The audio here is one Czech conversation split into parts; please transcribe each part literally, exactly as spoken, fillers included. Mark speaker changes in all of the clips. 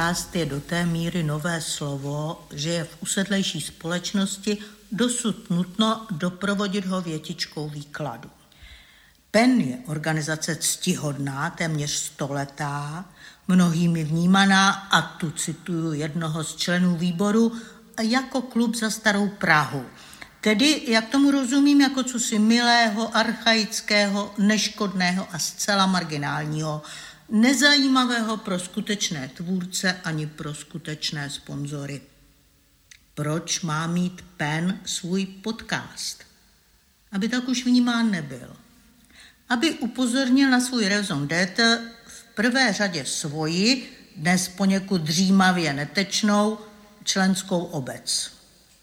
Speaker 1: podcast je do té míry nové slovo, že je v usedlejší společnosti dosud nutno doprovodit ho větičkou výkladu. PEN je organizace ctihodná, téměř stoletá, mnohými vnímaná, a tu cituju jednoho z členů výboru, jako klub za starou Prahu. Tedy, jak tomu rozumím, jako cosi milého, archaického, neškodného a zcela marginálního, nezajímavého pro skutečné tvůrce ani pro skutečné sponzory. Proč má mít PEN svůj podcast? Aby tak už vnímán nebyl. Aby upozornil na svůj raison d'être, v prvé řadě svoji, dnes poněkud dřímavě netečnou, členskou obec.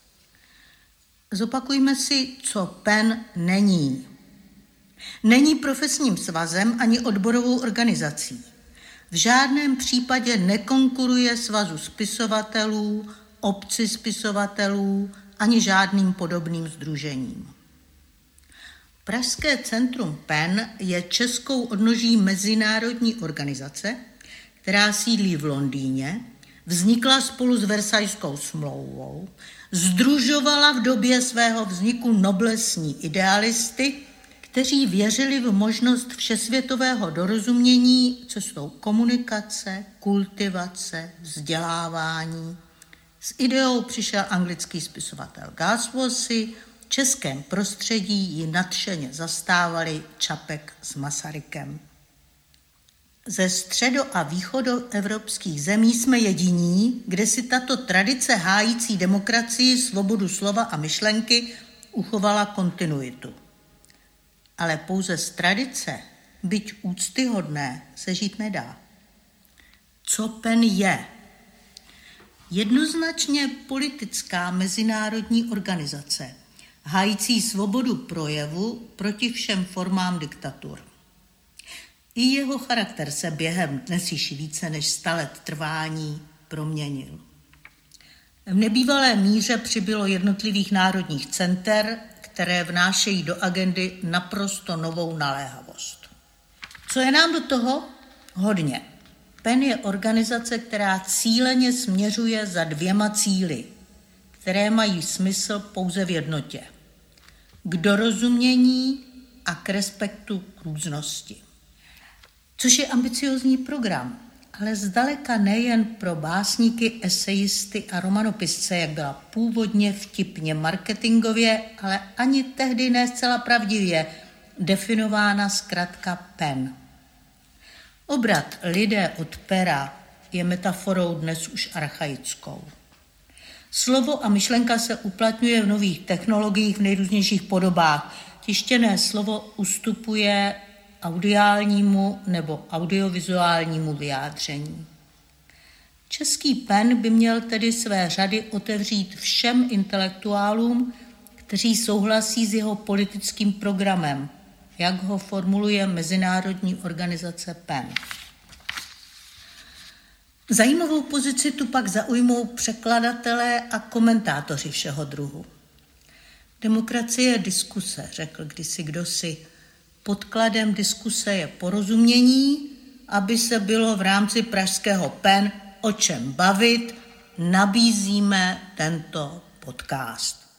Speaker 1: Zopakujme si, co PEN není. Není profesním svazem ani odborovou organizací. V žádném případě nekonkuruje svazu spisovatelů, obci spisovatelů ani žádným podobným sdružením. Pražské centrum PEN je českou odnoží mezinárodní organizace, která sídlí v Londýně, vznikla spolu s Versajskou smlouvou, sdružovala v době svého vzniku noblesní idealisty, kteří věřili v možnost všesvětového dorozumění cestou komunikace, kultivace, vzdělávání. S ideou přišel anglický spisovatel Galsworthy, v českém prostředí ji nadšeně zastávali Čapek s Masarykem. Ze středo- a východoevropských zemí jsme jediní, kde si tato tradice hájící demokracii, svobodu slova a myšlenky uchovala kontinuitu. Ale pouze z tradice, byť úctyhodné, se žít nedá. Co PEN je? Jednoznačně politická mezinárodní organizace, hájící svobodu projevu proti všem formám diktatur. I jeho charakter se během dnes již více než sta let trvání proměnil. V nebývalé míře přibylo jednotlivých národních center, které vnášejí do agendy naprosto novou naléhavost. Co je nám do toho? Hodně. PEN je organizace, která cíleně směřuje za dvěma cíli, které mají smysl pouze v jednotě. K dorozumění a k respektu k různosti. Což je ambiciózní program, ale zdaleka nejen pro básníky, esejisty a romanopisce, jak byla původně vtipně marketingově, ale ani tehdy ne zcela pravdivě definována zkratka PEN. Obrat lidé od pera je metaforou dnes už archaickou. Slovo a myšlenka se uplatňuje v nových technologiích v nejrůznějších podobách. Tištěné slovo ustupuje audiálnímu nebo audiovizuálnímu vyjádření. Český PEN by měl tedy své řady otevřít všem intelektuálům, kteří souhlasí s jeho politickým programem, jak ho formuluje mezinárodní organizace PEN. Zajímavou pozici tu pak zaujmou překladatelé a komentátoři všeho druhu. Demokracie je diskuse, řekl kdysi kdosi. Podkladem diskuse je porozumění, aby se bylo v rámci pražského PEN o čem bavit, nabízíme tento podcast.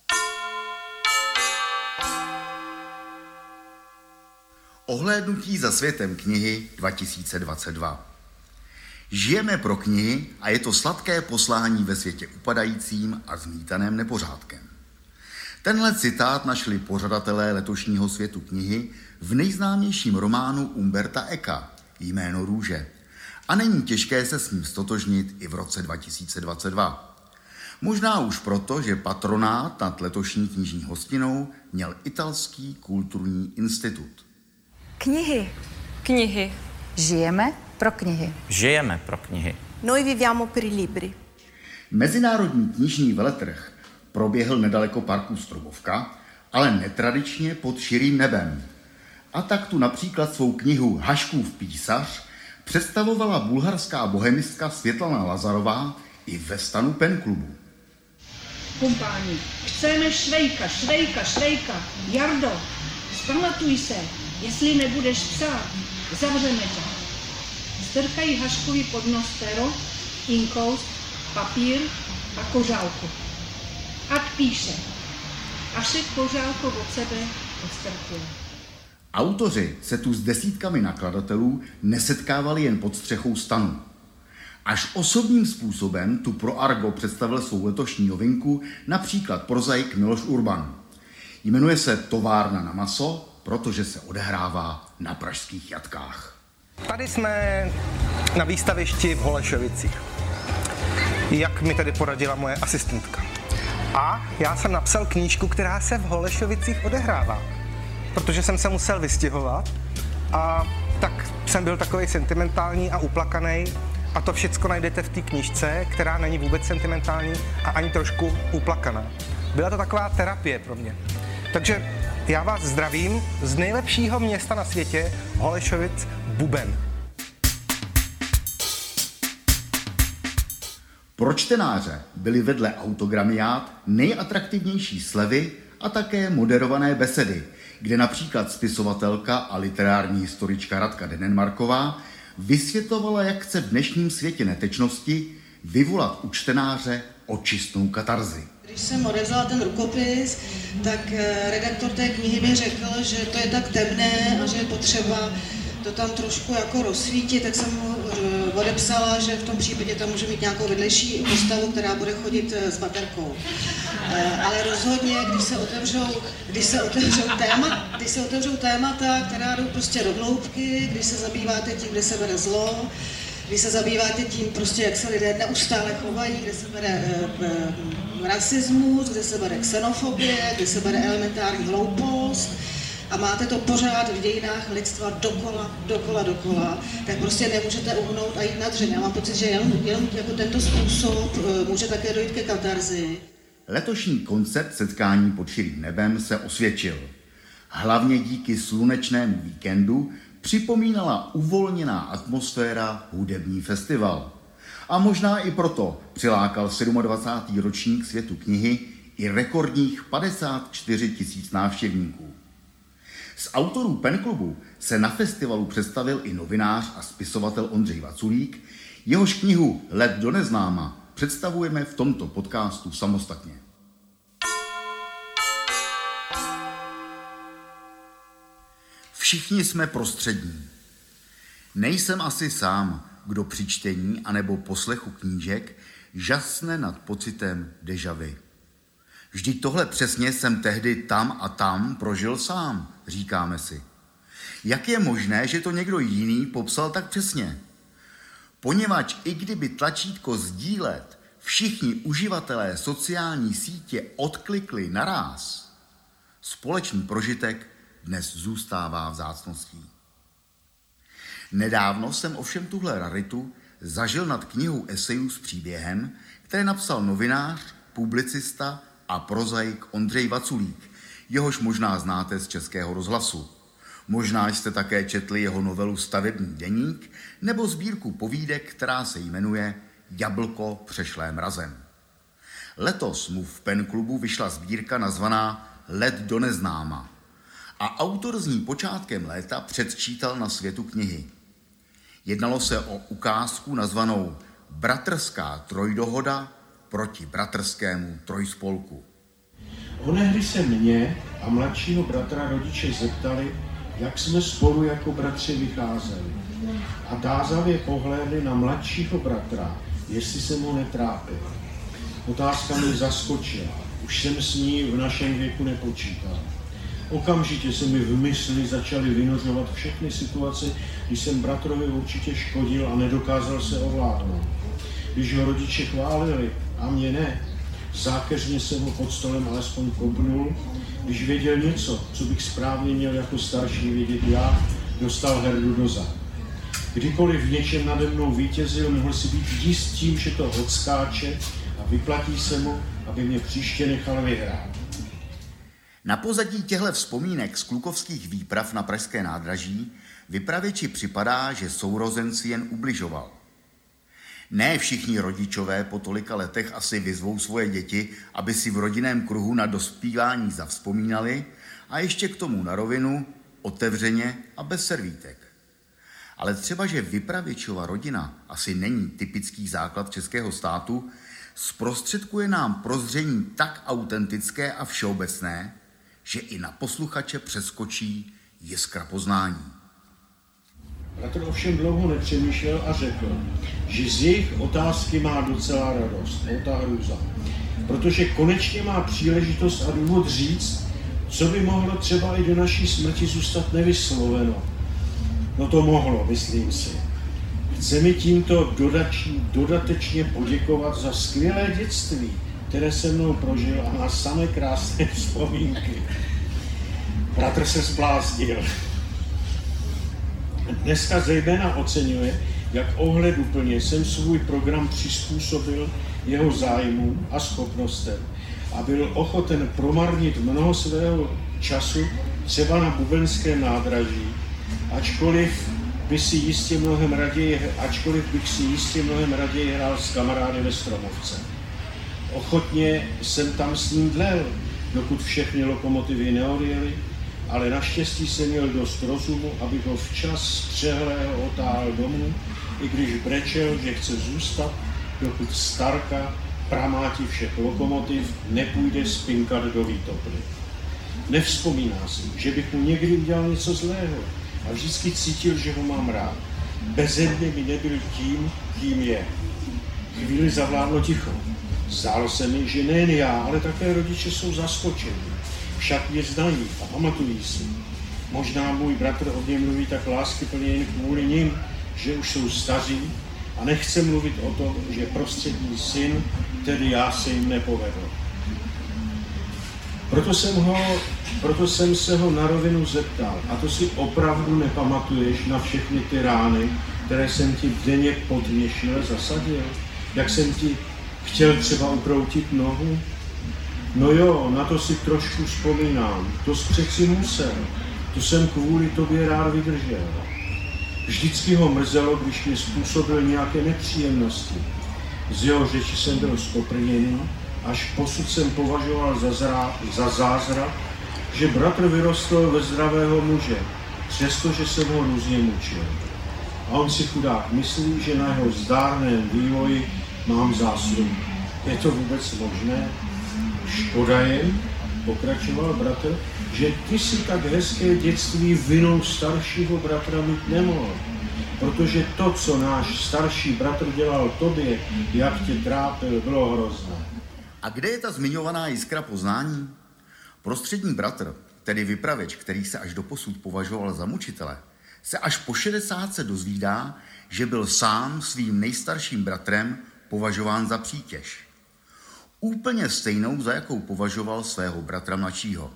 Speaker 2: Ohlédnutí za světem knihy dva tisíce dvacet dva. Žijeme pro knihy a je to sladké poslání ve světě upadajícím a zmítaném nepořádkem. Tenhle citát našli pořadatelé letošního světu knihy v nejznámějším románu Umberta Eka Jméno růže. A není těžké se s ním stotožnit i v roce dva tisíce dvacet dva. Možná už proto, že patronát nad letošní knižní hostinou měl Italský kulturní institut.
Speaker 3: Knihy.
Speaker 4: Knihy.
Speaker 3: Žijeme pro knihy.
Speaker 5: Žijeme pro knihy.
Speaker 4: Noi viviamo per i libri.
Speaker 2: Mezinárodní knižní veletrh proběhl nedaleko parku Strobovka, ale netradičně pod širým nebem. A tak tu například svou knihu Haškův písař představovala bulharská bohemistka Světlana Lazarová i ve stanu PEN klubu.
Speaker 6: Kumpáni, chceme Švejka, Švejka, Švejka. Jardo, zpamatuj se, jestli nebudeš psát, zavřeme tě. Strkají Haškovi pod nos pero inkoust, papír a kořálku. A píše, až si kořálku od sebe odstrkuje.
Speaker 2: Autoři se tu s desítkami nakladatelů nesetkávali jen pod střechou stanu. Až osobním způsobem tu pro Argo představil svou letošní novinku například prozaik Miloš Urban. Jmenuje se Továrna na maso, protože se odehrává na pražských jatkách.
Speaker 5: Tady jsme na výstavišti v Holešovicích, jak mi tady poradila moje asistentka. A já jsem napsal knížku, která se v Holešovicích odehrává, protože jsem se musel vystěhovat a tak jsem byl takovej sentimentální a uplakaný. A to všecko najdete v té knížce, která není vůbec sentimentální a ani trošku uplakaná. Byla to taková terapie pro mě. Takže já vás zdravím z nejlepšího města na světě, Holešovic, Buben.
Speaker 2: Pro čtenáře byly vedle autogramiát nejatraktivnější slevy a také moderované besedy, kde například spisovatelka a literární historička Radka Denenmarková vysvětlovala, jak chce v dnešním světě netečnosti vyvolat u čtenáře očistnou katarzi.
Speaker 7: Když jsem odevzala ten rukopis, tak redaktor té knihy mi řekl, že to je tak temné a že je potřeba to tam trošku jako rozsvítit, tak jsem mu odepsala, že v tom případě tam může mít nějakou vedlejší postavu, která bude chodit s baterkou. Ale rozhodně, když se otevřou, když se otevřou, téma, když se otevřou témata, která jdou prostě do hloubky, když se zabýváte tím, kde se bere zlo, když se zabýváte tím, prostě, jak se lidé neustále chovají, kde se bere e, e, rasismus, kde se bere xenofobie, kde se bere elementární hloupost, a máte to pořád v dějinách lidstva dokola, dokola, dokola, tak prostě nemůžete uhnout a jít na dřeň. Já mám pocit, že jenom, jenom jako tento způsob může také dojít ke katarzi.
Speaker 2: Letošní koncept Setkání pod širým nebem se osvědčil. Hlavně díky slunečnému víkendu připomínala uvolněná atmosféra hudební festival. A možná i proto přilákal dvacátý sedmý ročník Světu knihy i rekordních padesát čtyři tisíc návštěvníků. Z autorů Pen Klubu se na festivalu představil i novinář a spisovatel Ondřej Vaculík, jehož knihu Let do neznáma představujeme v tomto podcastu samostatně. Všichni jsme prostřední. Nejsem asi sám, kdo při čtení anebo poslechu knížek žasne nad pocitem déjà vu. Vždyť tohle přesně jsem tehdy tam a tam prožil sám, říkáme si. Jak je možné, že to někdo jiný popsal tak přesně? Poněvadž i kdyby tlačítko sdílet všichni uživatelé sociální sítě odklikli naráz, společný prožitek dnes zůstává vzácností. Nedávno jsem ovšem tuhle raritu zažil nad knihou esejů s příběhem, které napsal novinář, publicista a prozaik Ondřej Vaculík, jehož možná znáte z Českého rozhlasu. Možná jste také četli jeho novelu Stavební deník nebo sbírku povídek, která se jmenuje Jablko přešlé mrazem. Letos mu v Pen Klubu vyšla sbírka nazvaná Let do neznáma a autor z ní počátkem léta předčítal na Světu knihy. Jednalo se o ukázku nazvanou Bratrská trojdohoda proti bratrskému trojspolku.
Speaker 8: Onehdy se mě a mladšího bratra rodiče zeptali, jak jsme spolu jako bratři vycházeli. A tázavě pohlédli na mladšího bratra, jestli se mu netrápil. Otázka mě zaskočila. Už jsem s ní v našem věku nepočítal. Okamžitě se mi v mysli začaly vynořovat všechny situace, kdy jsem bratrovi určitě škodil a nedokázal se ovládnout. Když ho rodiče chválili a mě ne, zákeřně jsem ho pod stolem alespoň kopnul. Když věděl něco, co bych správně měl jako starší vědět já, dostal herdu do zad. Kdykoliv v něčem nade mnou vítězil, mohl si být jist tím, že to odskáče a vyplatí se mu, aby mě příště nechal vyhrát.
Speaker 2: Na pozadí těchto vzpomínek z klukovských výprav na pražské nádraží vypravěči připadá, že sourozenci jen ubližoval. Ne všichni rodičové po tolika letech asi vyzvou svoje děti, aby si v rodinném kruhu na dospívání zavzpomínali a ještě k tomu na rovinu, otevřeně a bez servítek. Ale třeba, že Vypravěčova rodina asi není typický základ českého státu, zprostředkuje nám prozření tak autentické a všeobecné, že i na posluchače přeskočí jiskra poznání.
Speaker 8: Bratr ovšem dlouho nepřemýšlel a řekl, že z jejich otázky má docela radost, ta hrůza, protože konečně má příležitost a důvod říct, co by mohlo třeba i do naší smrti zůstat nevysloveno. No to mohlo, myslím si. Chce mi tímto dodační, dodatečně poděkovat za skvělé dětství, které se mnou prožil a na samé krásné vzpomínky. Bratr se zbláznil. Dneska zejména oceňuje, jak ohleduplně jsem svůj program přizpůsobil jeho zájmům a schopnostem a byl ochoten promarnit mnoho svého času třeba na Bubenském nádraží, ačkoliv by si jistě mnohem raději, ačkoliv bych si jistě mnohem raději hrál s kamarády ve Stromovce. Ochotně jsem tam s ním dlel, dokud všechny lokomotivy neodjely, ale naštěstí jsem měl dost rozumu, abych ho včas střehlého otáhl domů, i když brečel, že chce zůstat, dokud starka, pramáti všech lokomotiv, nepůjde spinkat do výtopny. Nevzpomíná si, že bych mu někdy udělal něco zlého a vždycky cítil, že ho mám rád. Beze mě mi nebyl tím, kým je. Chvíli zavládlo ticho. Zdálo se mi, že nejen já, ale také rodiče jsou zaskočeni. Však mě znají a pamatují si. Možná můj bratr o mě mluví tak láskyplně jen kvůli nim, že už jsou staří a nechce mluvit o tom, že prostřední syn, tedy já, se jim nepovedl. Proto jsem, ho, proto jsem se ho na rovinu zeptal, a to si opravdu nepamatuješ na všechny ty rány, které jsem ti denně podměšile zasadil? Jak jsem ti chtěl třeba ukroutit nohu? No jo, na to si trošku vzpomínám, to jsi přeci musel, to jsem kvůli tobě rád vydržel. Vždycky ho mrzelo, když mi způsobil nějaké nepříjemnosti. Z jeho řeči jsem byl skoprněný, až posud jsem považoval za, zrá, za zázrak, že bratr vyrostl ve zdravého muže, přestože jsem ho různě mučil. A on si chudák myslí, že na jeho zdárném vývoji mám zásluhu. Je to vůbec možné? Škoda je, pokračoval bratr, že ty si tak hezké dětství vinou staršího bratra mít nemohl. Protože to, co náš starší bratr dělal tobě, jak tě trápil, bylo hrozné.
Speaker 2: A kde je ta zmiňovaná jiskra poznání? Prostřední bratr, tedy vypravěč, který se až doposud považoval za mučitele, se až po šedesátce dozvídá, že byl sám svým nejstarším bratrem považován za přítěž. Úplně stejnou, za jakou považoval svého bratra mladšího.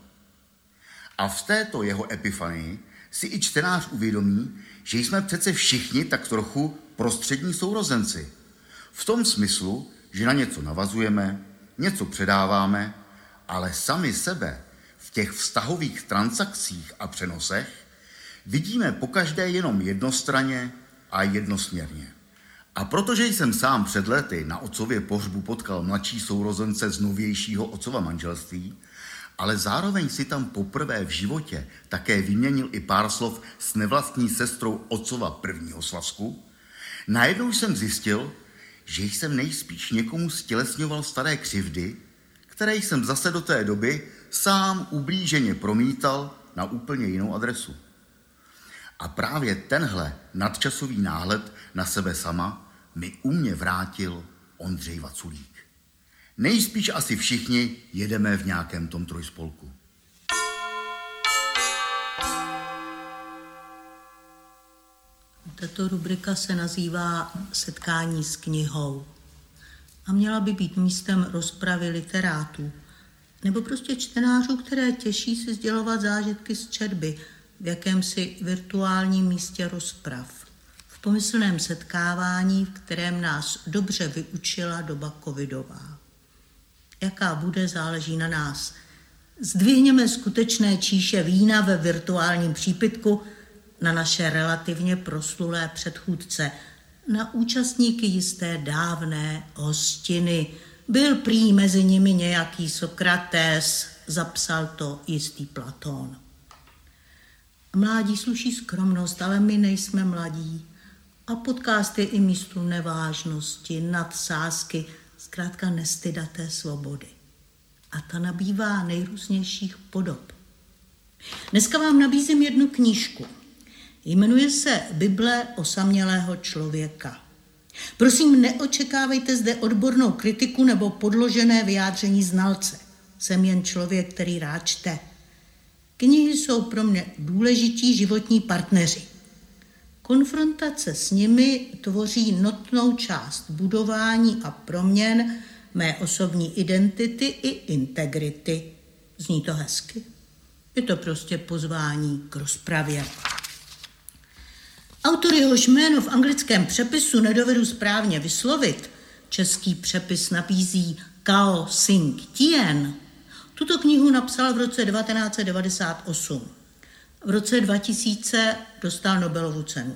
Speaker 2: A v této jeho epifanii si i čtenář uvědomí, že jsme přece všichni tak trochu prostřední sourozenci. V tom smyslu, že na něco navazujeme, něco předáváme, ale sami sebe v těch vztahových transakcích a přenosech vidíme pokaždé jenom jednostranně a jednosměrně. A protože jsem sám před lety na otcově pohřbu potkal mladší sourozence z novějšího otcova manželství, ale zároveň si tam poprvé v životě také vyměnil i pár slov s nevlastní sestrou otcova prvního svazku, najednou jsem zjistil, že jsem nejspíš někomu stělesňoval staré křivdy, které jsem zase do té doby sám ublíženě promítal na úplně jinou adresu. A právě tenhle nadčasový náhled na sebe sama mi u mě vrátil Ondřej Vaculík. Nejspíš asi všichni jedeme v nějakém tom trojspolku.
Speaker 1: Tato rubrika se nazývá Setkání s knihou a měla by být místem rozpravy literátů nebo prostě čtenářů, které těší si sdělovat zážitky z četby v jakémsi virtuálním místě rozprav, v pomyslném setkávání, v kterém nás dobře vyučila doba covidová. Jaká bude, záleží na nás. Zdvihněme skutečné číše vína ve virtuálním přípitku na naše relativně proslulé předchůdce, na účastníky jisté dávné hostiny. Byl prý mezi nimi nějaký Sokrates, zapsal to jistý Platón. Mládí sluší skromnost, ale my nejsme mladí. A podcast je i místo nevážnosti, nadsázky, zkrátka nestydaté svobody. A ta nabývá nejrůznějších podob. Dneska vám nabízím jednu knížku. Jmenuje se Bible osamělého člověka. Prosím, neočekávejte zde odbornou kritiku nebo podložené vyjádření znalce. Jsem jen člověk, který rád čte. Knihy jsou pro mě důležití životní partneři. Konfrontace s nimi tvoří notnou část budování a proměn mé osobní identity i integrity. Zní to hezky? Je to prostě pozvání k rozpravě. Autor, jehož jméno v anglickém přepisu nedovedu správně vyslovit, český přepis nabízí Cao Sing Tien, tuto knihu napsal v roce devatenáct set devadesát osm. V roce dva tisíce dostal Nobelovu cenu.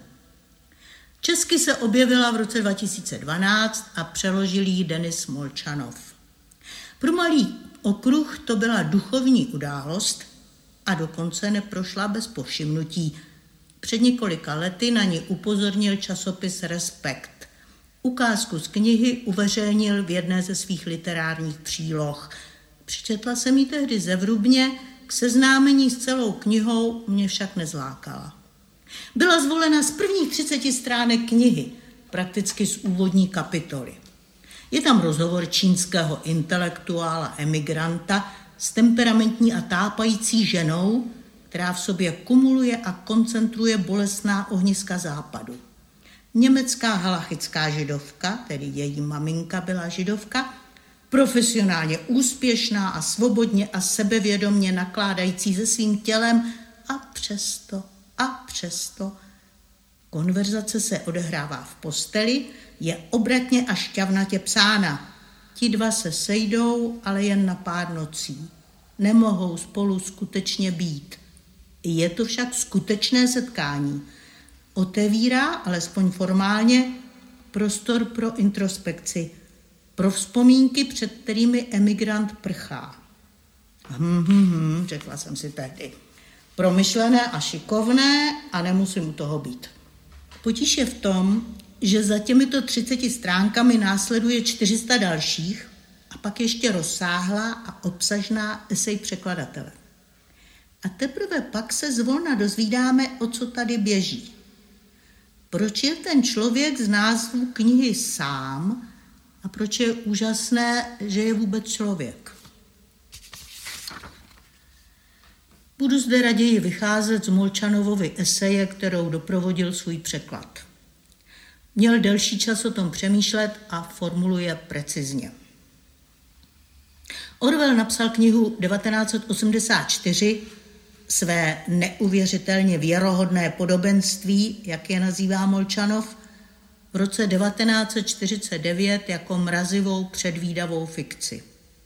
Speaker 1: Česky se objevila v roce dva tisíce dvanáct a přeložil ji Denis Molčanov. Pro malý okruh to byla duchovní událost a dokonce neprošla bez povšimnutí. Před několika lety na ní upozornil časopis Respekt. Ukázku z knihy uveřejnil v jedné ze svých literárních příloh. Přečetla jsem ji tehdy zevrubně, k seznámení s celou knihou mě však nezlákala. Byla zvolena z prvních třiceti stránek knihy, prakticky z úvodní kapitoly. Je tam rozhovor čínského intelektuála emigranta s temperamentní a tápající ženou, která v sobě kumuluje a koncentruje bolestná ohniska západu. Německá halachická židovka, tedy její maminka byla židovka, profesionálně úspěšná a svobodně a sebevědomně nakládající se svým tělem a přesto, a přesto. Konverzace se odehrává v posteli, je obratně a šťavnatě psána. Ti dva se sejdou, ale jen na pár nocí. Nemohou spolu skutečně být. Je to však skutečné setkání. Otevírá, alespoň formálně, prostor pro introspekci, pro vzpomínky, před kterými emigrant prchá. Hm, hm, hm, řekla jsem si tehdy. Promyšlené a šikovné a nemusím u toho být. Potíž je v tom, že za těmito třiceti stránkami následuje čtyři sta dalších a pak ještě rozsáhlá a obsažná esej překladatele. A teprve pak se zvolna dozvídáme, o co tady běží. Proč je ten člověk z názvu knihy sám a proč je úžasné, že je vůbec člověk. Budu zde raději vycházet z Molčanovovy eseje, kterou doprovodil svůj překlad. Měl delší čas o tom přemýšlet a formuluje precizně. Orwell napsal knihu devatenáct set osmdesát čtyři, své neuvěřitelně věrohodné podobenství, jak je nazývá Molčanov, v roce devatenáct set čtyřicet devět jako mrazivou předvídavou fikci.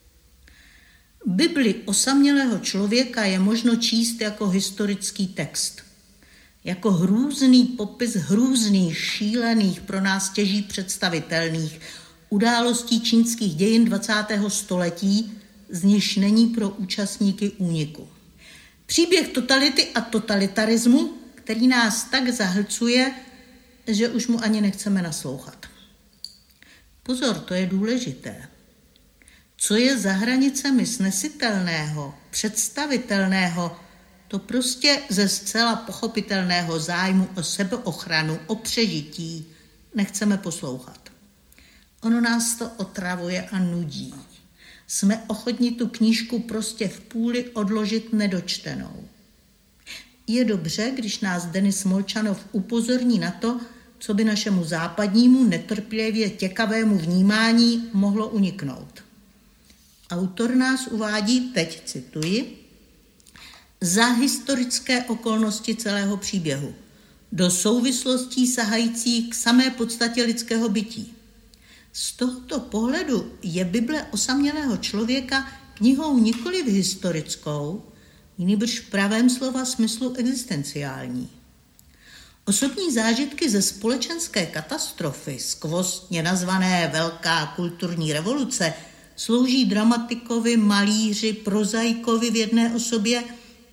Speaker 1: Bibli osamělého člověka je možno číst jako historický text, jako hrůzný popis hrůzných, šílených, pro nás těží představitelných událostí čínských dějin dvacátého století, z nichž není pro účastníky úniku. Příběh totality a totalitarismu, který nás tak zahlcuje, že už mu ani nechceme naslouchat. Pozor, to je důležité. Co je za hranicemi snesitelného, představitelného, to prostě ze zcela pochopitelného zájmu o sebeochranu, o přežití nechceme poslouchat. Ono nás to otravuje a nudí. Jsme ochotni tu knížku prostě v půli odložit nedočtenou. Je dobře, když nás Denis Molčanov upozorní na to, co by našemu západnímu, netrpělivě těkavému vnímání mohlo uniknout. Autor nás uvádí, teď cituji, za historické okolnosti celého příběhu, do souvislostí sahající k samé podstatě lidského bytí. Z tohoto pohledu je Bible osamělého člověka knihou nikoliv historickou, nýbrž v pravém slova smyslu existenciální. Osobní zážitky ze společenské katastrofy, skvostně nazvané Velká kulturní revoluce, slouží dramatikovi, malíři, prozaikovi v jedné osobě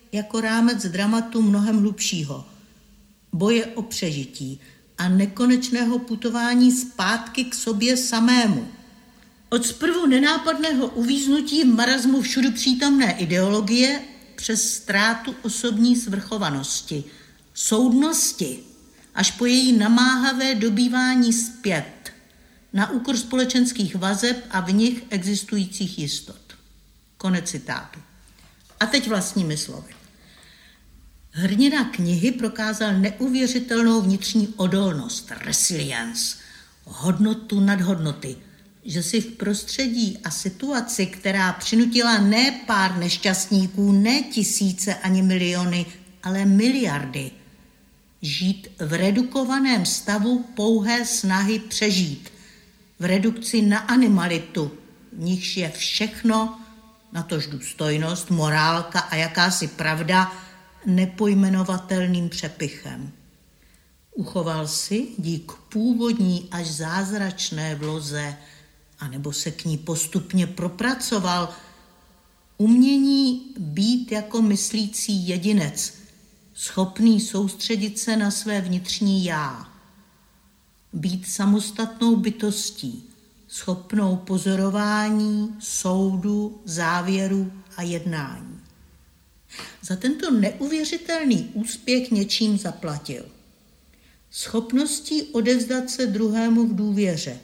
Speaker 1: jako rámec dramatu mnohem hlubšího. Boje o přežití a nekonečného putování zpátky k sobě samému. Od zprvu nenápadného uvíznutí v marazmu všudu přítomné ideologie přes ztrátu osobní svrchovanosti, soudnosti, až po její namáhavé dobývání zpět na úkor společenských vazeb a v nich existujících jistot. Konec citátu. A teď vlastními slovy. Hrdina knihy prokázal neuvěřitelnou vnitřní odolnost, resilience, hodnotu nad hodnoty, že si v prostředí a situaci, která přinutila ne pár nešťastníků, ne tisíce ani miliony, ale miliardy, žít v redukovaném stavu pouhé snahy přežít, v redukci na animalitu, v nichž je všechno, natož důstojnost, morálka a jakási pravda, nepojmenovatelným přepichem. Uchoval si dík původní až zázračné vloze, anebo se k ní postupně propracoval, umění být jako myslící jedinec, schopný soustředit se na své vnitřní já. Být samostatnou bytostí, schopnou pozorování, soudu, závěru a jednání. Za tento neuvěřitelný úspěch něčím zaplatil. Schopností odevzdat se druhému v důvěře.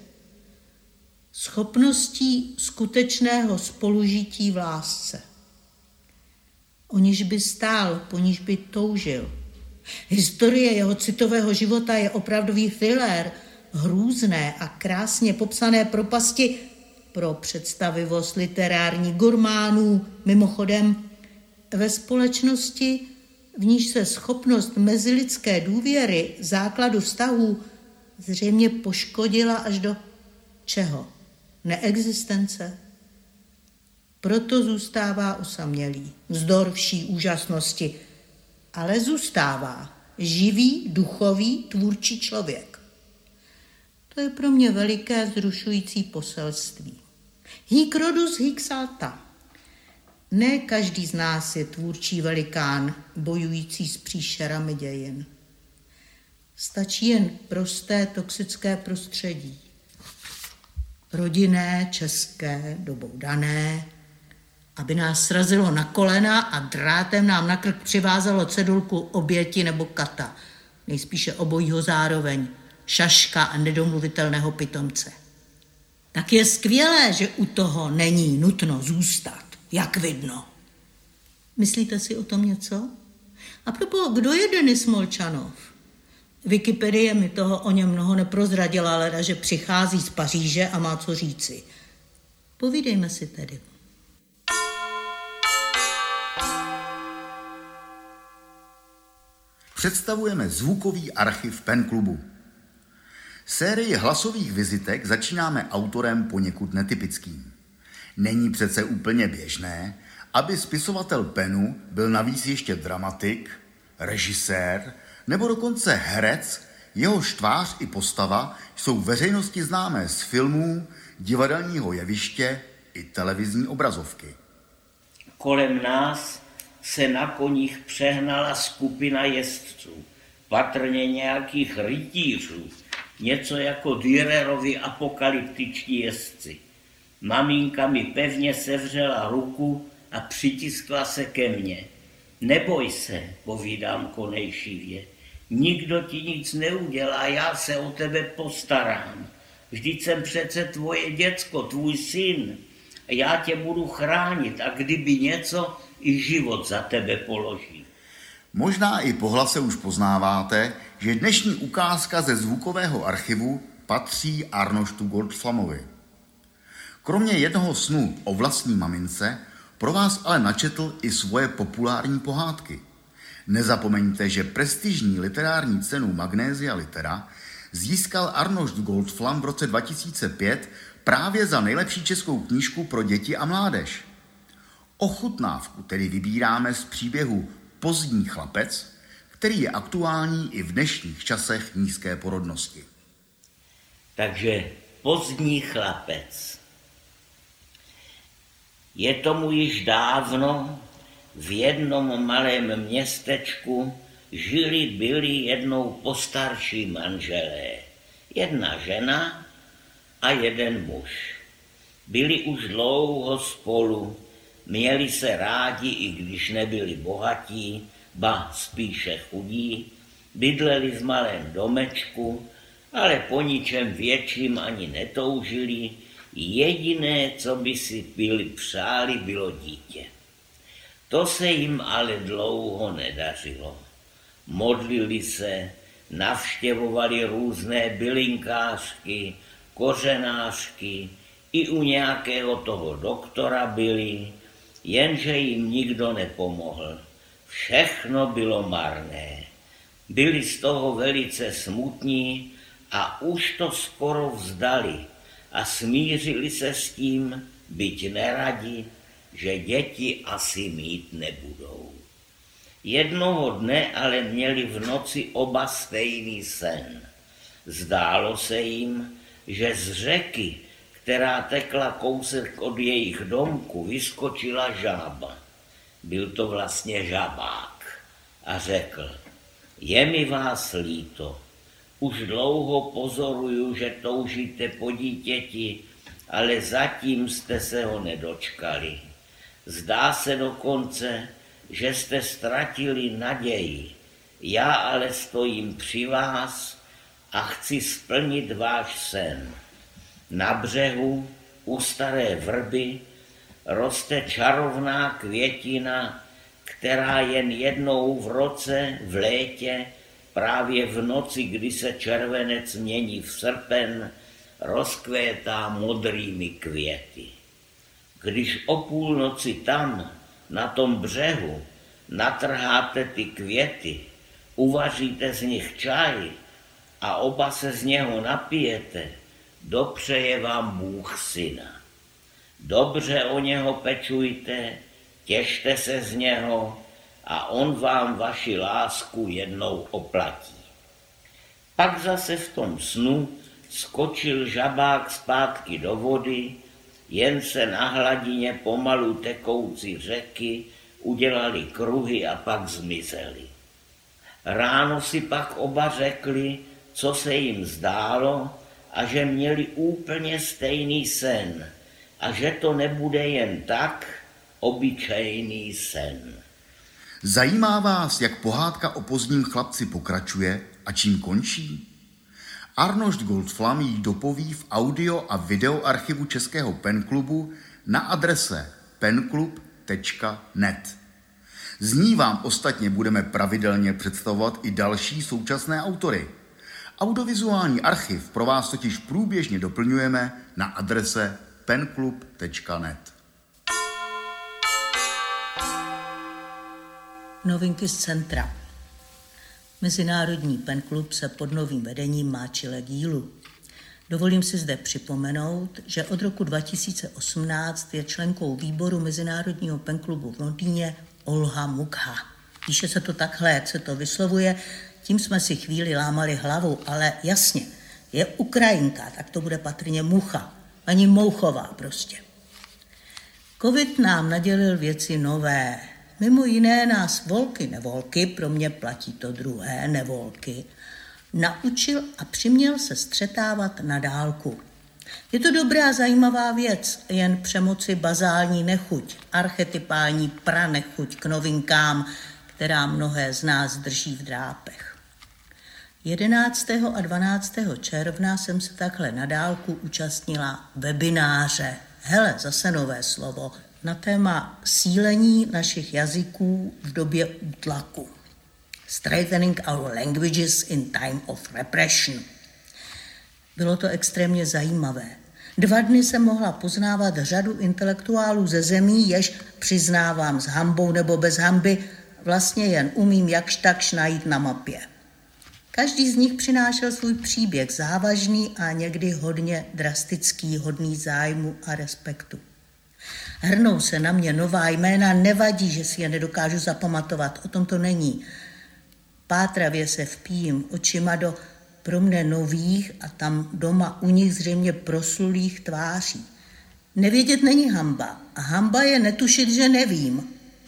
Speaker 1: Schopností skutečného spolužití v lásce. O níž by stál, po níž by toužil. Historie jeho citového života je opravdový thriller, hrůzné a krásně popsané propasti pro představivost literární gurmánů, mimochodem ve společnosti, v níž se schopnost mezilidské důvěry, základu vztahů, zřejmě poškodila až do čeho? Neexistence. Proto zůstává osamělý, vzdor vší úžasnosti, ale zůstává živý, duchový, tvůrčí člověk. To je pro mě veliké vzrušující poselství. Hic rodus hic salta. Ne každý z nás je tvůrčí velikán, bojující s příšerami dějin. Stačí jen prosté toxické prostředí. Rodinné, české, dobou dané, aby nás srazilo na kolena a drátem nám na krk přivázalo cedulku oběti nebo kata. Nejspíše obojího zároveň, šaška a nedomluvitelného pitomce. Tak je skvělé, že u toho není nutno zůstat, jak vidno. Myslíte si o tom něco? A propos, kdo je Denis Molčanov? Wikipedie mi toho o něm mnoho neprozradila, ale že přichází z Paříže a má co říci. Povídejme si tedy.
Speaker 2: Představujeme zvukový archiv Pen klubu. Sérii hlasových vizitek začínáme autorem poněkud netypickým. Není přece úplně běžné, aby spisovatel Penu byl navíc ještě dramatik, režisér nebo dokonce herec, jehož tvář i postava jsou veřejnosti známé z filmů, divadelního jeviště i televizní obrazovky.
Speaker 9: Kolem nás se na koních přehnala skupina jezdců, patrně nějakých rytířů, něco jako Dürerovi apokalyptičtí jezdci. Maminka mi pevně sevřela ruku a přitiskla se ke mně. Neboj se, povídám konejšivě, nikdo ti nic neudělá, já se o tebe postarám. Vždyť jsem přece tvoje děcko, tvůj syn. Já tě budu chránit a kdyby něco, i život za tebe položím.
Speaker 2: Možná i po hlase už poznáváte, že dnešní ukázka ze zvukového archivu patří Arnoštu Goldflamovi. Kromě jednoho snu o vlastní mamince pro vás ale načetl i svoje populární pohádky. Nezapomeňte, že prestižní literární cenu Magnesia Litera získal Arnošt Goldflam v roce dva tisíce pět právě za nejlepší českou knížku pro děti a mládež. Ochutnávku tedy vybíráme z příběhu Pozdní chlapec, který je aktuální i v dnešních časech nízké porodnosti.
Speaker 9: Takže Pozdní chlapec. Je tomu již dávno, v jednom malém městečku žili byli jednou postarší manželé. Jedna žena a jeden muž. Byli už dlouho spolu, měli se rádi, i když nebyli bohatí, ba spíše chudí, bydleli v malém domečku, ale po ničem větším ani netoužili, jediné, co by si byli přáli, bylo dítě. To se jim ale dlouho nedařilo. Modlili se, navštěvovali různé bylinkářky, kořenářky, i u nějakého toho doktora byli, jenže jim nikdo nepomohl. Všechno bylo marné. Byli z toho velice smutní a už to skoro vzdali a smířili se s tím, byť neradi, že děti asi mít nebudou. Jednoho dne ale měli v noci oba stejný sen. Zdálo se jim, že z řeky, která tekla kousek od jejich domku, vyskočila žába. Byl to vlastně žabák a řekl: je mi vás líto, už dlouho pozoruju, že toužíte po dítěti, ale zatím jste se ho nedočkali. Zdá se dokonce, že jste ztratili naději. Já ale stojím při vás a chci splnit váš sen. Na břehu u staré vrby roste čarovná květina, která jen jednou v roce v létě, právě v noci, kdy se červenec mění v srpen, rozkvétá modrými květy. Když o půlnoci tam, na tom břehu, natrháte ty květy, uvaříte z nich čaj a oba se z něho napijete, dopřeje vám Bůh syna. Dobře o něho pečujte, těšte se z něho a on vám vaši lásku jednou oplatí. Pak zase v tom snu skočil žabák zpátky do vody, jen se na hladině pomalu tekoucí řeky udělali kruhy a pak zmizeli. Ráno si pak oba řekli, co se jim zdálo, a že měli úplně stejný sen a že to nebude jen tak obyčejný sen.
Speaker 2: Zajímá vás, jak pohádka o pozdním chlapci pokračuje a čím končí? Arnošt Goldflam jí dopoví v audio a video archivu Českého penklubu na adrese penklub tečka net. Z ní vám ostatně budeme pravidelně představovat i další současné autory. Audiovizuální archiv pro vás totiž průběžně doplňujeme na adrese penklub tečka net.
Speaker 1: Novinky z centra. Mezinárodní penklub se pod novým vedením má čile dílu. Dovolím si zde připomenout, že od roku dva tisíce osmnáct je členkou výboru Mezinárodního penklubu v Londýně Olha Mukha. Píše se to takhle, jak se to vyslovuje, tím jsme si chvíli lámali hlavu, ale jasně, je Ukrajinka, tak to bude patrně Mucha, paní Mouchová prostě. Covid nám nadělil věci nové. Mimo jiné nás volky nevolky, pro mě platí to druhé, nevolky, naučil a přiměl se střetávat na dálku. Je to dobrá, zajímavá věc, jen přemoci bazální nechuť, archetypální pranechuť k novinkám, která mnohé z nás drží v drápech. jedenáctého a dvanáctého června jsem se takhle na dálku účastnila webináře, hele, zase nové slovo, na téma sílení našich jazyků v době útlaku. Strengthening our languages in time of repression. Bylo to extrémně zajímavé. Dva dny jsem mohla poznávat řadu intelektuálů ze zemí, jež přiznávám s hanbou nebo bez hanby, vlastně jen umím jakž takž najít na mapě. Každý z nich přinášel svůj příběh, závažný a někdy hodně drastický, hodný zájmu a respektu. Hrnou se na mě nová jména, nevadí, že si je nedokážu zapamatovat, o tom to není. Pátravě se vpijím očima do pro mne nových a tam doma u nich zřejmě proslulých tváří. Nevědět není hanba a hanba je netušit, že nevím.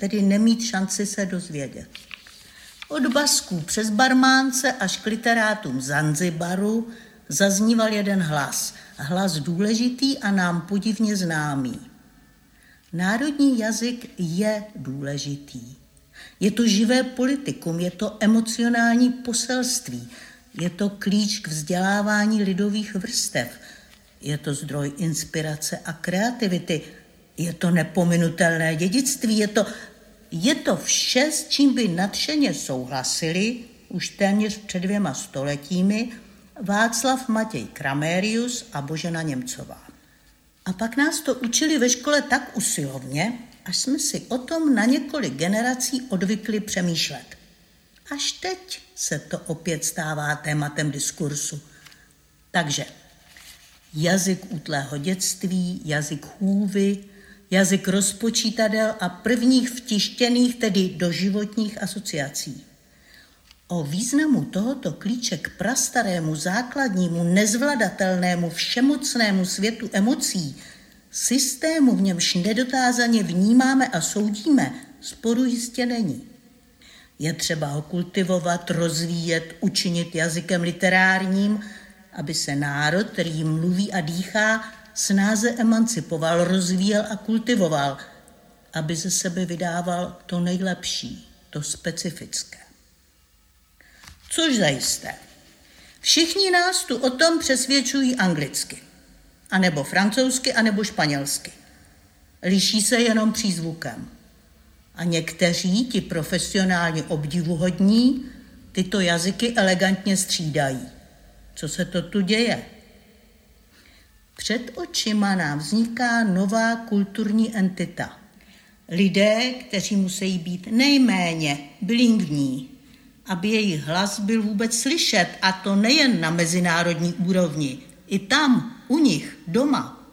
Speaker 1: tedy nemít šanci se dozvědět. Od Basků přes Barmánce až k literátům Zanzibaru zazníval jeden hlas. Hlas důležitý a nám podivně známý. Národní jazyk je důležitý. Je to živé politikum, je to emocionální poselství, je to klíč k vzdělávání lidových vrstev, je to zdroj inspirace a kreativity, je to nepominutelné dědictví, je to, je to vše, s čím by nadšeně souhlasili už téměř před dvěma stoletími Václav Matěj Kramérius a Božena Němcová. A pak nás to učili ve škole tak usilovně, až jsme si o tom na několik generací odvykli přemýšlet. Až teď se to opět stává tématem diskursu. Takže jazyk útlého dětství, jazyk chůvy, jazyk rozpočítadel a prvních vtištěných, tedy doživotních asociací. O významu tohoto klíče k prastarému, základnímu, nezvladatelnému, všemocnému světu emocí, systému, v němž nedotázaně vnímáme a soudíme, sporu jistě není. Je třeba ho kultivovat, rozvíjet, učinit jazykem literárním, aby se národ, který mluví a dýchá, snáze emancipoval, rozvíjel a kultivoval, aby ze sebe vydával to nejlepší, to specifické. Což zajisté. Všichni nás tu o tom přesvědčují anglicky, anebo francouzsky, anebo španělsky. Liší se jenom přízvukem. A někteří, ti profesionálně obdivuhodní, tyto jazyky elegantně střídají. Co se to tu děje? Před očima nám vzniká nová kulturní entita. Lidé, kteří musí být nejméně bilingvní, aby jejich hlas byl vůbec slyšet, a to nejen na mezinárodní úrovni, i tam, u nich, doma.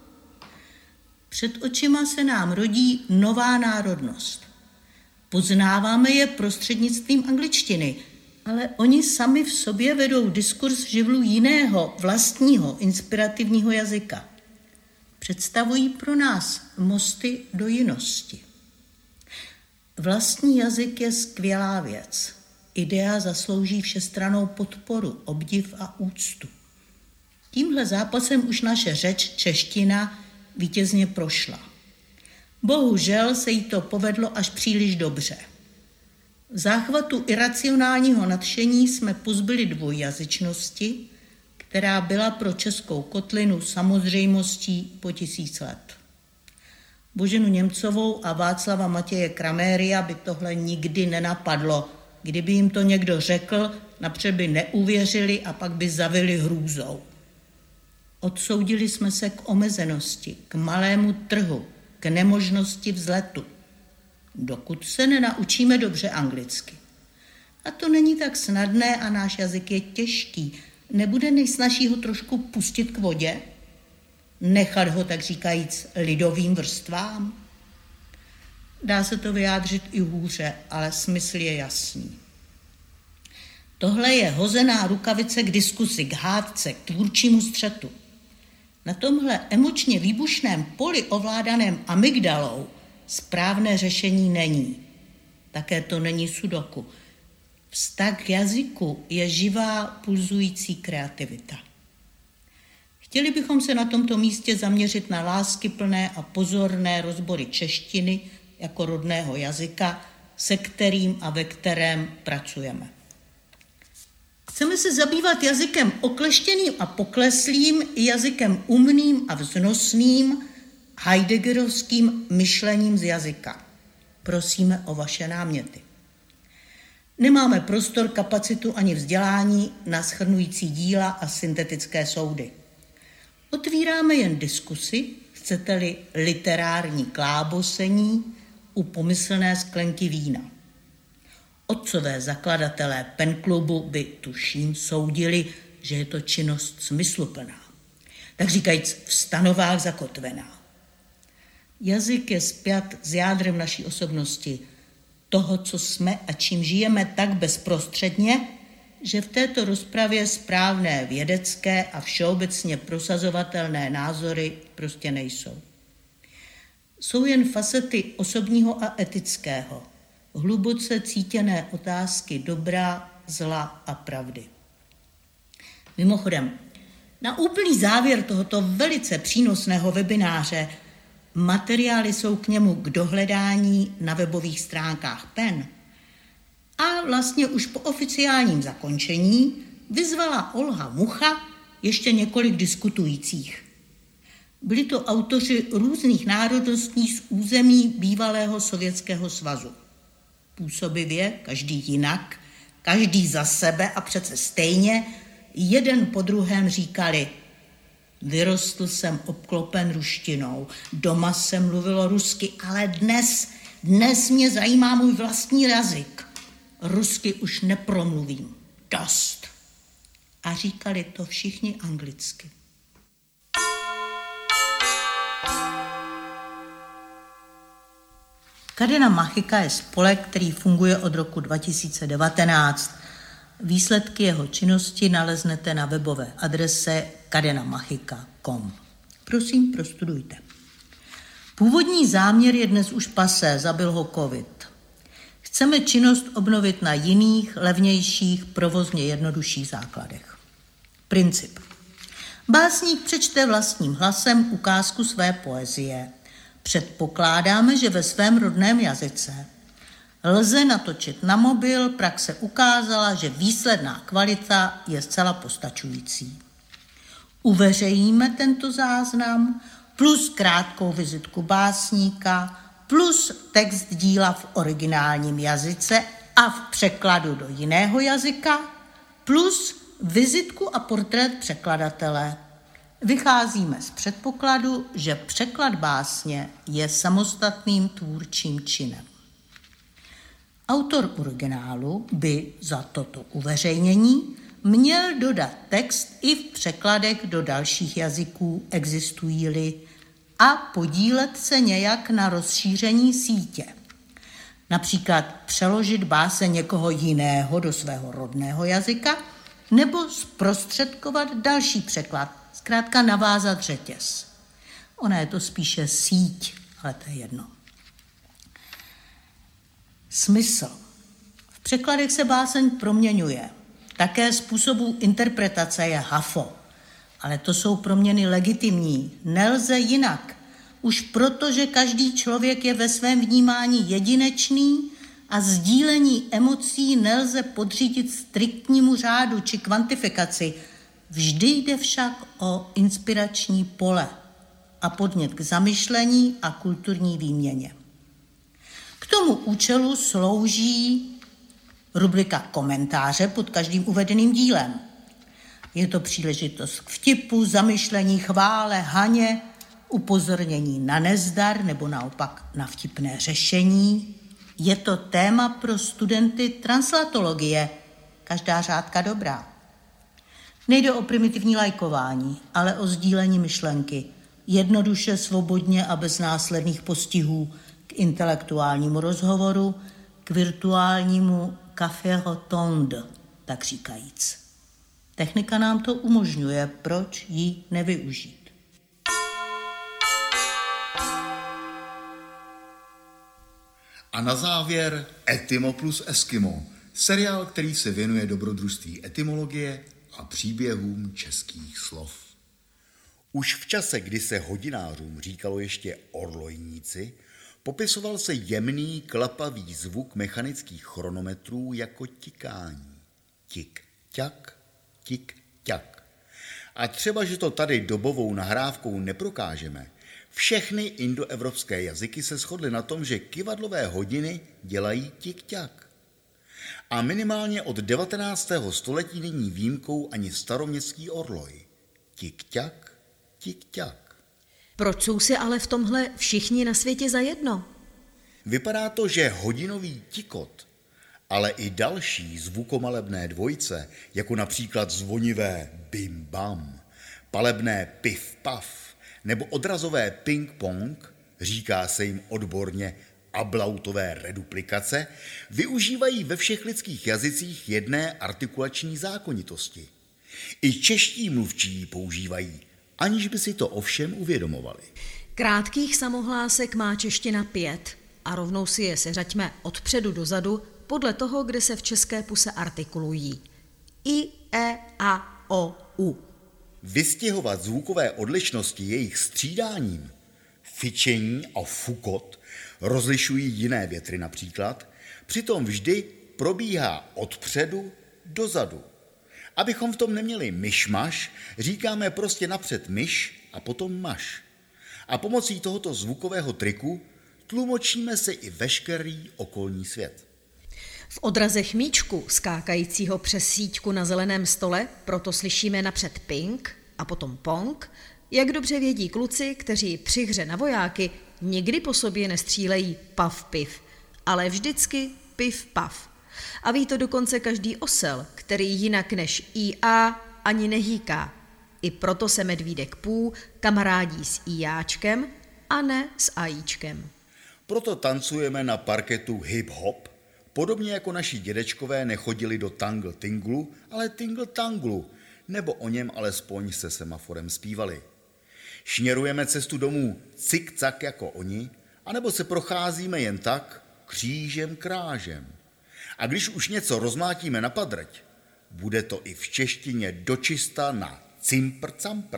Speaker 1: Před očima se nám rodí nová národnost. Poznáváme je prostřednictvím angličtiny, ale oni sami v sobě vedou diskurs živlu jiného, vlastního, inspirativního jazyka. Představují pro nás mosty do jinosti. Vlastní jazyk je skvělá věc. Idea zaslouží všestrannou podporu, obdiv a úctu. Tímhle zápasem už naše řeč, čeština, vítězně prošla. Bohužel se jí to povedlo až příliš dobře. V záchvatu iracionálního nadšení jsme pozbyli dvojjazyčnosti, která byla pro českou kotlinu samozřejmostí po tisíc let. Boženu Němcovou a Václava Matěje Kraméria by tohle nikdy nenapadlo. Kdyby jim to někdo řekl, napřed by neuvěřili a pak by zavili hrůzou. Odsoudili jsme se k omezenosti, k malému trhu, k nemožnosti vzletu, dokud se nenaučíme dobře anglicky. A to není tak snadné a náš jazyk je těžký. Nebude nejsnažší ho trošku pustit k vodě? Nechat ho, tak říkajíc, lidovým vrstvám? Dá se to vyjádřit i hůře, ale smysl je jasný. Tohle je hozená rukavice k diskusi, k hádce, k tvůrčímu střetu. Na tomhle emočně výbušném poli ovládaném amygdalou správné řešení není. Také to není sudoku. Vztah k jazyku je živá, pulzující kreativita. Chtěli bychom se na tomto místě zaměřit na láskyplné a pozorné rozbory češtiny jako rodného jazyka, se kterým a ve kterém pracujeme. Chceme se zabývat jazykem okleštěným a pokleslým, i jazykem umným a vznosným, heideggerovským myšlením z jazyka. Prosíme o vaše náměty. Nemáme prostor, kapacitu ani vzdělání na shrnující díla a syntetické soudy. Otvíráme jen diskusy, chcete-li literární klábosení u pomyslné sklenky vína. Otcové zakladatelé penklubu by, tuším, soudili, že je to činnost smysluplná. Tak říkajíc v stanovách zakotvená. Jazyk je spjat s jádrem naší osobnosti, toho, co jsme a čím žijeme tak bezprostředně, že v této rozpravě správné vědecké a všeobecně prosazovatelné názory prostě nejsou. jsou jen facety osobního a etického, hluboce cítěné otázky dobra, zla a pravdy. Mimochodem, na úplný závěr tohoto velice přínosného webináře materiály jsou k němu k dohledání na webových stránkách P E N. A vlastně už po oficiálním zakončení vyzvala Olha Mucha ještě několik diskutujících. Byli to autoři různých národností z území bývalého Sovětského svazu. Působivě, každý jinak, každý za sebe a přece stejně, jeden po druhém říkali: vyrostl jsem obklopen ruštinou, doma se mluvilo rusky, ale dnes, dnes mě zajímá můj vlastní jazyk. Rusky už nepromluvím. Dost. A říkali to všichni anglicky. Kadena Machika je spolek, který funguje od roku dva tisíce devatenáct. Výsledky jeho činnosti naleznete na webové adrese kadenamachika tečka com. Prosím, prostudujte. Původní záměr je dnes už pasé, zabil ho covid. Chceme činnost obnovit na jiných, levnějších, provozně jednodušších základech. Princip. Básník přečte vlastním hlasem ukázku své poezie. Předpokládáme, že ve svém rodném jazyce. Lze natočit na mobil, praxe ukázala, že výsledná kvalita je zcela postačující. Uveřejníme tento záznam plus krátkou vizitku básníka plus text díla v originálním jazyce a v překladu do jiného jazyka plus vizitku a portrét překladatele. Vycházíme z předpokladu, že překlad básně je samostatným tvůrčím činem. Autor originálu by za toto uveřejnění měl dodat text i v překladech do dalších jazyků, existují-li, a podílet se nějak na rozšíření sítě. Například přeložit báseň někoho jiného do svého rodného jazyka nebo zprostředkovat další překlad, zkrátka navázat řetěz. Ona je to spíše síť, ale to je jedno. Smysl. V překladech se báseň proměňuje. Také způsobů interpretace je hafo. Ale to jsou proměny legitimní. Nelze jinak. Už proto, že každý člověk je ve svém vnímání jedinečný a sdílení emocí nelze podřídit striktnímu řádu či kvantifikaci. Vždy jde však o inspirační pole a podnět k zamyšlení a kulturní výměně. K tomu účelu slouží rubrika komentáře pod každým uvedeným dílem. Je to příležitost k vtipu, zamyšlení, chvále, haně, upozornění na nezdar nebo naopak na vtipné řešení. Je to téma pro studenty translatologie. Každá řádka dobrá. Nejde o primitivní lajkování, ale o sdílení myšlenky. Jednoduše, svobodně a bez následných postihů k intelektuálnímu rozhovoru, k virtuálnímu café rotonde, tak říkajíc. Technika nám to umožňuje, proč ji nevyužít?
Speaker 2: A na závěr Etymo plus Eskimo, seriál, který se věnuje dobrodružství etymologie a příběhům českých slov. Už v čase, kdy se hodinářům říkalo ještě orlojníci, popisoval se jemný, klapavý zvuk mechanických chronometrů jako tikání. Tik, ťak, tik, ťak. A třeba, že to tady dobovou nahrávkou neprokážeme, všechny indoevropské jazyky se shodly na tom, že kyvadlové hodiny dělají tik-ťak. A minimálně od devatenáctého století není výjimkou ani staroměstský orloj. Tik-ťak, tik-ťak.
Speaker 10: Proč jsou si ale v tomhle všichni na světě zajedno?
Speaker 2: Vypadá to, že hodinový tikot, ale i další zvukomalebné dvojce, jako například zvonivé bim-bam, palebné pif-paf nebo odrazové ping-pong, říká se jim odborně ablautové reduplikace, využívají ve všech lidských jazycích jedné artikulační zákonitosti. I čeští mluvčí ji používají, aniž by si to ovšem uvědomovali.
Speaker 10: Krátkých samohlásek má čeština pět a rovnou si je seřaďme odpředu dozadu podle toho, kde se v české puse artikulují. I, E, A, O, U.
Speaker 2: Vystihovat zvukové odlišnosti jejich střídáním, fičení a fukot rozlišují jiné větry například, přitom vždy probíhá odpředu dozadu. Abychom v tom neměli myšmaš, říkáme prostě napřed myš a potom maš. A pomocí tohoto zvukového triku tlumočíme si i veškerý okolní svět.
Speaker 10: V odrazech míčku, skákajícího přes síťku na zeleném stole, proto slyšíme napřed ping a potom pong, jak dobře vědí kluci, kteří při hře na vojáky nikdy po sobě nestřílejí pav piv, ale vždycky piv pav. A ví to dokonce každý osel, který jinak než í á ani nehýká. I proto se medvídek Pů kamarádí s íjáčkem a ne s ajíčkem.
Speaker 2: Proto tancujeme na parketu hip-hop, podobně jako naši dědečkové nechodili do Tangle Tinglu, ale Tingle Tanglu, nebo o něm alespoň se semaforem zpívali. Šněrujeme cestu domů cik-cak jako oni, anebo se procházíme jen tak křížem krážem. A když už něco rozmlátíme na padrť, bude to i v češtině dočista na cimpr-campr.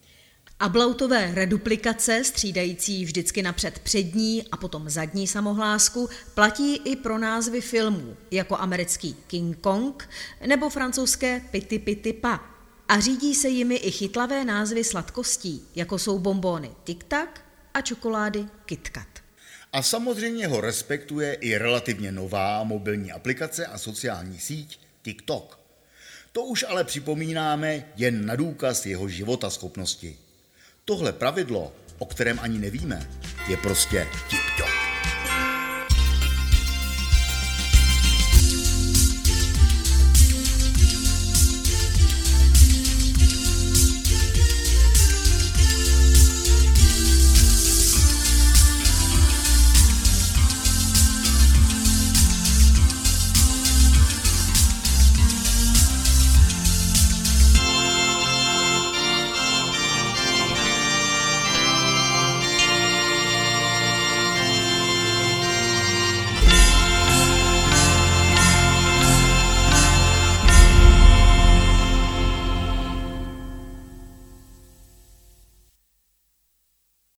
Speaker 10: Ablautové reduplikace, střídající vždycky napřed přední a potom zadní samohlásku, platí i pro názvy filmů, jako americký King Kong nebo francouzské Pity Pity Pa. A řídí se jimi i chytlavé názvy sladkostí, jako jsou bonbóny Tic Tac a čokolády Kit Kat.
Speaker 2: A samozřejmě ho respektuje i relativně nová mobilní aplikace a sociální síť TikTok. To už ale připomínáme jen na důkaz jeho životaschopnosti. Tohle pravidlo, o kterém ani nevíme, je prostě tik.